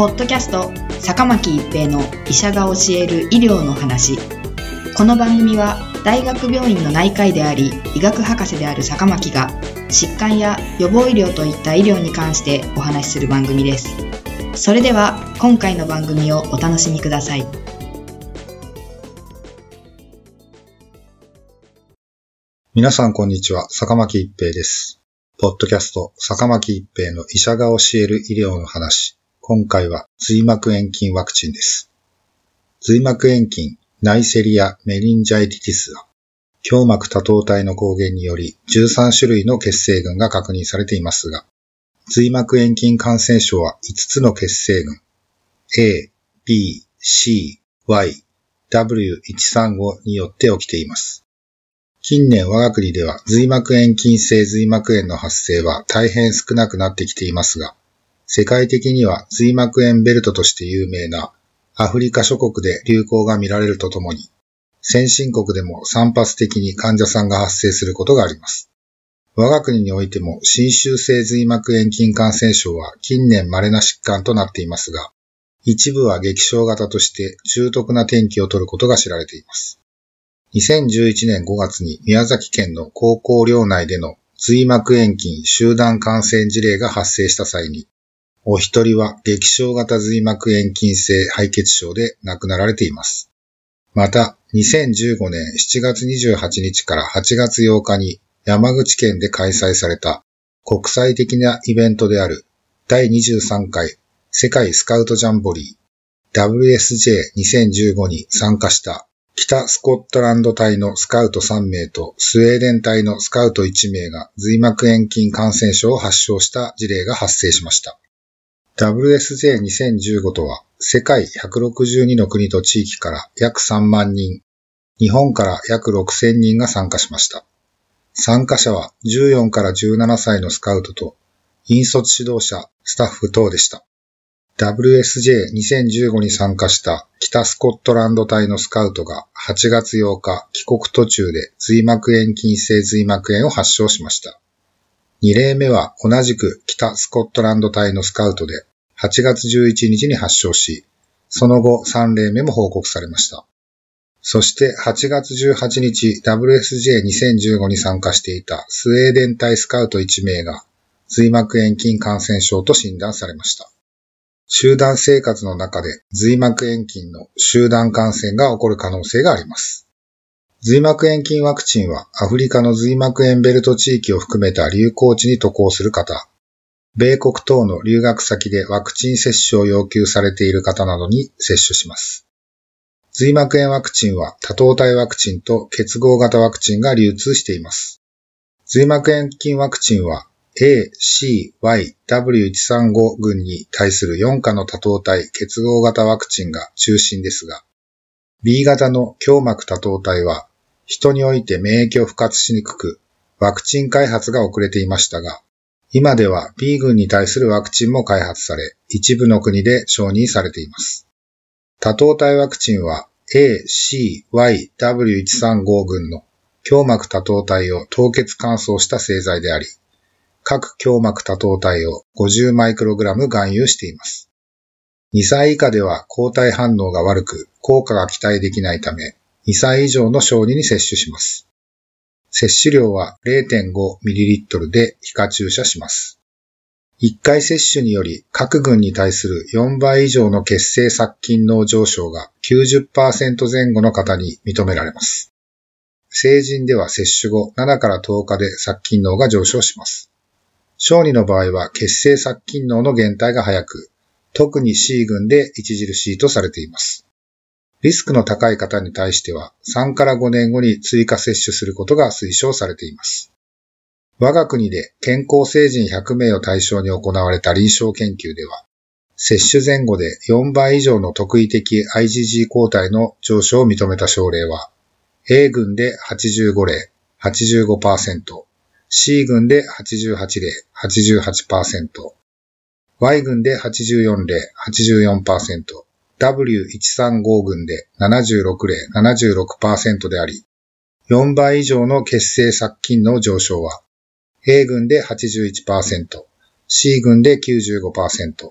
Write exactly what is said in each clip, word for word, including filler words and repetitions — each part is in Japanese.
ポッドキャスト坂巻一平の医者が教える医療の話。この番組は大学病院の内科医であり医学博士である坂巻が疾患や予防医療といった医療に関してお話しする番組です。それでは今回の番組をお楽しみください。 皆さんこんにちは、坂巻一平です。ポッドキャスト坂巻一平の医者が教える医療の話。今回は髄膜炎菌ワクチンです。髄膜炎菌、ナイセリア・メニンジャイティティスは、胸膜多糖体の抗原によりじゅうさんしゅるいの血清群が確認されていますが、髄膜炎菌感染症はいつつの血清群 A、B、C、Y、ダブリューいちさんご によって起きています。近年我が国では髄膜炎菌性髄膜炎の発生は大変少なくなってきていますが、世界的には髄膜炎ベルトとして有名なアフリカ諸国で流行が見られるとともに、先進国でも散発的に患者さんが発生することがあります。我が国においても侵襲性髄膜炎菌感染症は近年稀な疾患となっていますが、一部は劇症型として重篤な転機を取ることが知られています。にせんじゅういちねんごがつに宮崎県の高校寮内での髄膜炎菌集団感染事例が発生した際に、お一人は劇症型髄膜炎菌性敗血症で亡くなられています。また、にせんじゅうごねんしちがつにじゅうはちにちからはちがつようかに山口県で開催された国際的なイベントであるだいにじゅうさんかい世界スカウトジャンボリー ダブリューエスジェーにせんじゅうご に参加した北スコットランド隊のスカウトさんめいとスウェーデン隊のスカウトいちめいが髄膜炎菌感染症を発症した事例が発生しました。ダブリューエスジェーにせんじゅうご とは世界ひゃくろくじゅうにの国と地域から約さんまんにん、日本から約ろくせんにんが参加しました。参加者はじゅうよんからじゅうななさいのスカウトと引率指導者、スタッフ等でした。ダブリューエスジェーにせんじゅうご に参加した北スコットランド隊のスカウトがはちがつようか帰国途中で髄膜炎菌性髄膜炎を発症しました。にれいめは同じく北スコットランド隊のスカウトではちがつじゅういちにちに発症し、その後さんれいめも報告されました。そしてはちがつじゅうはちにち ダブリューエスジェーにせんじゅうご に参加していたスウェーデン隊スカウトいちめいが髄膜炎菌感染症と診断されました。集団生活の中で髄膜炎菌の集団感染が起こる可能性があります。髄膜炎菌ワクチンはアフリカの髄膜炎ベルト地域を含めた流行地に渡航する方、米国等の留学先でワクチン接種を要求されている方などに接種します。髄膜炎ワクチンは多糖体ワクチンと結合型ワクチンが流通しています。髄膜炎菌ワクチンはA、C、Y、ダブリューいちさんご 群に対するよんかの多糖体結合型ワクチンが中心ですが、B 型の胸膜多糖体は人において免疫を賦活しにくく、ワクチン開発が遅れていましたが、今では B 群に対するワクチンも開発され、一部の国で承認されています。多糖体ワクチンは A、C、Y、ダブリューいちさんご 群の胸膜多糖体を凍結乾燥した製剤であり、各胸膜多糖体をごじゅうマイクログラム含有しています。にさい以下では抗体反応が悪く、効果が期待できないため、にさい以上の小児に接種します。接種量は れいてんごミリリットル で皮下注射します。いっかい接種により各群に対するよんばい以上の血清殺菌能上昇が きゅうじゅっパーセント 前後の方に認められます。成人では接種後ななからとおかで殺菌能が上昇します。小児の場合は血清殺菌能の減退が早く、特に C 群で著しいとされています。リスクの高い方に対してはさんからごねんごに追加接種することが推奨されています。我が国で健康成人ひゃくめいを対象に行われた臨床研究では、接種前後でよんばい以上の特異的 アイジージー 抗体の上昇を認めた症例は、A 群ではちじゅうごれい、はちじゅうごパーセント、C 群ではちじゅうはちれい、はちじゅうはちパーセント、Y 群ではちじゅうよんれい、はちじゅうよんパーセント、ダブリューいちさんご 群でななじゅうろくれい、ななじゅうろくパーセント であり、よんばい以上の血清殺菌の上昇は、A 群で はちじゅういちパーセント、C 群で きゅうじゅうごパーセント、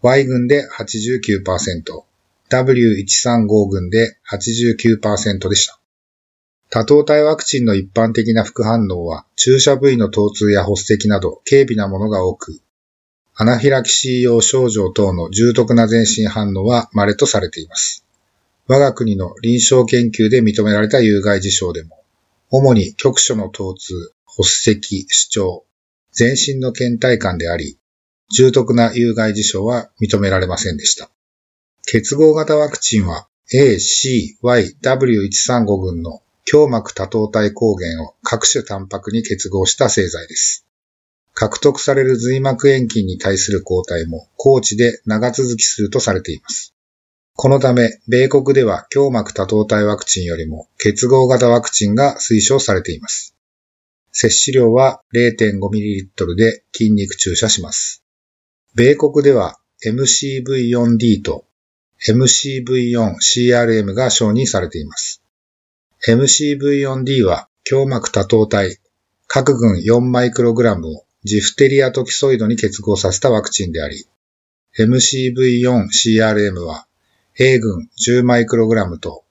ワイ 群で はちじゅうきゅうパーセント、ダブリューいちさんご 群で はちじゅうきゅうパーセント でした。多糖体ワクチンの一般的な副反応は注射部位の疼痛や発赤など軽微なものが多く、アナフィラキシー様症状等の重篤な全身反応は稀とされています。我が国の臨床研究で認められた有害事象でも、主に局所の疼痛、発赤、主張、全身の倦怠感であり、重篤な有害事象は認められませんでした。結合型ワクチンは エー、シー、ワイ、ダブリューいちさんご 群の胸膜多糖体抗原を各種タンパクに結合した製剤です。獲得される髄膜炎菌に対する抗体も高値で長続きするとされています。このため、米国では胸膜多糖体ワクチンよりも結合型ワクチンが推奨されています。摂取量は れいてんごミリリットル で筋肉注射します。米国では エムシーブイフォーディー と エムシーブイフォーシーアールエム が承認されています。エムシーブイフォーディー は胸膜多糖体、各群よんマイクログラムをジフテリアトキソイドに結合させたワクチンであり、エムシーブイフォーシーアールエム は A 群じゅうマイクログラムと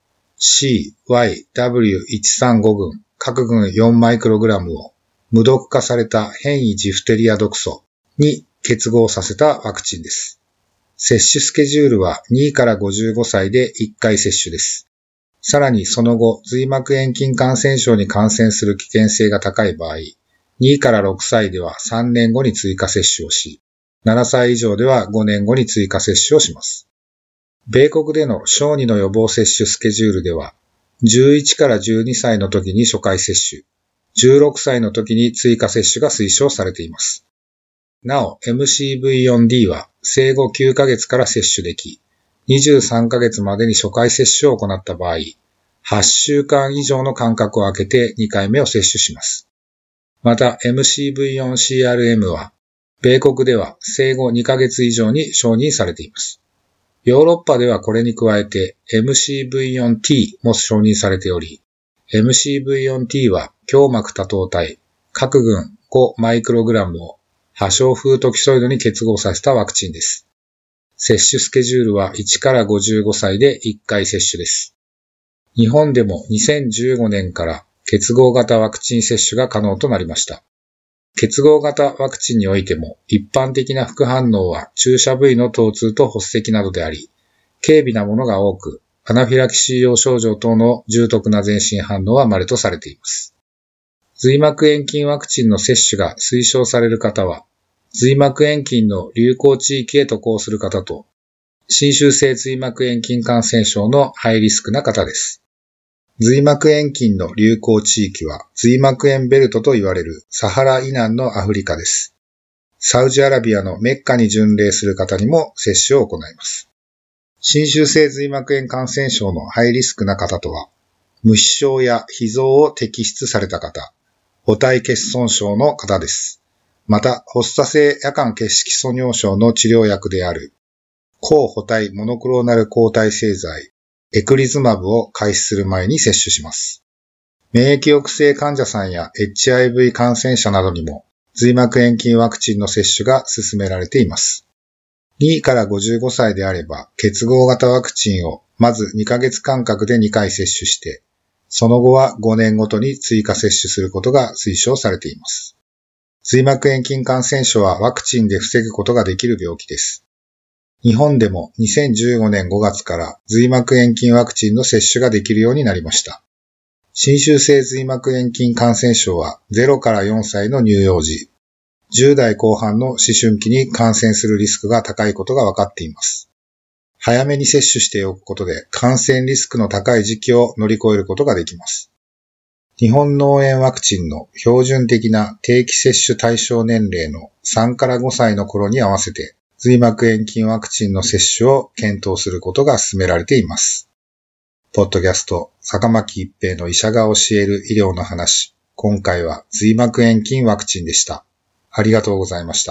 C、ワイ、ダブリューいちさんご 群、各群よんマイクログラムを無毒化された変異ジフテリア毒素に結合させたワクチンです。接種スケジュールはにからごじゅうごさいでいっかい接種です。さらにその後、髄膜炎菌感染症に感染する危険性が高い場合、にからろくさいではさんねんごに追加接種をし、ななさい以上ではごねんごに追加接種をします。米国での小児の予防接種スケジュールでは、じゅういちからじゅうにさいの時に初回接種、じゅうろくさいの時に追加接種が推奨されています。なお、エムシーブイフォーディー は生後きゅうかげつから接種でき、にじゅうさんかげつまでに初回接種を行った場合、はっしゅうかん以上の間隔を空けてにかいめを接種します。また エムシーブイフォーシーアールエム は、米国では生後にかげつ以上に承認されています。ヨーロッパではこれに加えて エムシーブイフォーティー も承認されており、エムシーブイフォーティー は胸膜多糖体、各群ごマイクログラムを破傷風トキソイドに結合させたワクチンです。接種スケジュールはいちからごじゅうごさいでいっかい接種です。日本でもにせんじゅうごねんから結合型ワクチン接種が可能となりました。結合型ワクチンにおいても一般的な副反応は注射部位の疼痛と発赤などであり、軽微なものが多く、アナフィラキシー様症状等の重篤な全身反応は稀とされています。髄膜炎菌ワクチンの接種が推奨される方は、髄膜炎菌の流行地域へ渡航する方と、侵襲性髄膜炎菌感染症のハイリスクな方です。髄膜炎菌の流行地域は髄膜炎ベルトと言われるサハラ以南のアフリカです。サウジアラビアのメッカに巡礼する方にも接種を行います。侵襲性髄膜炎感染症のハイリスクな方とは、無皮症や脾臓を摘出された方、母体欠損症の方です。また、発作性夜間結色素尿症の治療薬である、抗母体モノクローナル抗体製剤、エクリズマブを開始する前に接種します。免疫抑制患者さんや エイチアイブイ 感染者などにも、髄膜炎菌ワクチンの接種が進められています。にからごじゅうごさいであれば、結合型ワクチンをまずにかげつ間隔でにかい接種して、その後はごねんごとに追加接種することが推奨されています。髄膜炎菌感染症はワクチンで防ぐことができる病気です。日本でもにせんじゅうごねんごがつから髄膜炎菌ワクチンの接種ができるようになりました。侵襲性髄膜炎菌感染症はゼロからよんさいの乳幼児、じゅうだいこう半の思春期に感染するリスクが高いことが分かっています。早めに接種しておくことで感染リスクの高い時期を乗り越えることができます。日本脳炎ワクチンの標準的な定期接種対象年齢のさんからごさいの頃に合わせて髄膜炎菌ワクチンの接種を検討することが進められています。ポッドキャスト、坂巻一平の医者が教える医療の話。今回は髄膜炎菌ワクチンでした。ありがとうございました。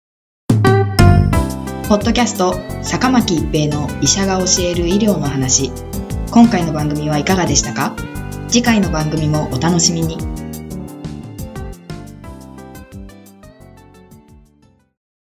ポッドキャスト、坂巻一平の医者が教える医療の話。今回の番組はいかがでしたか？次回の番組もお楽しみに。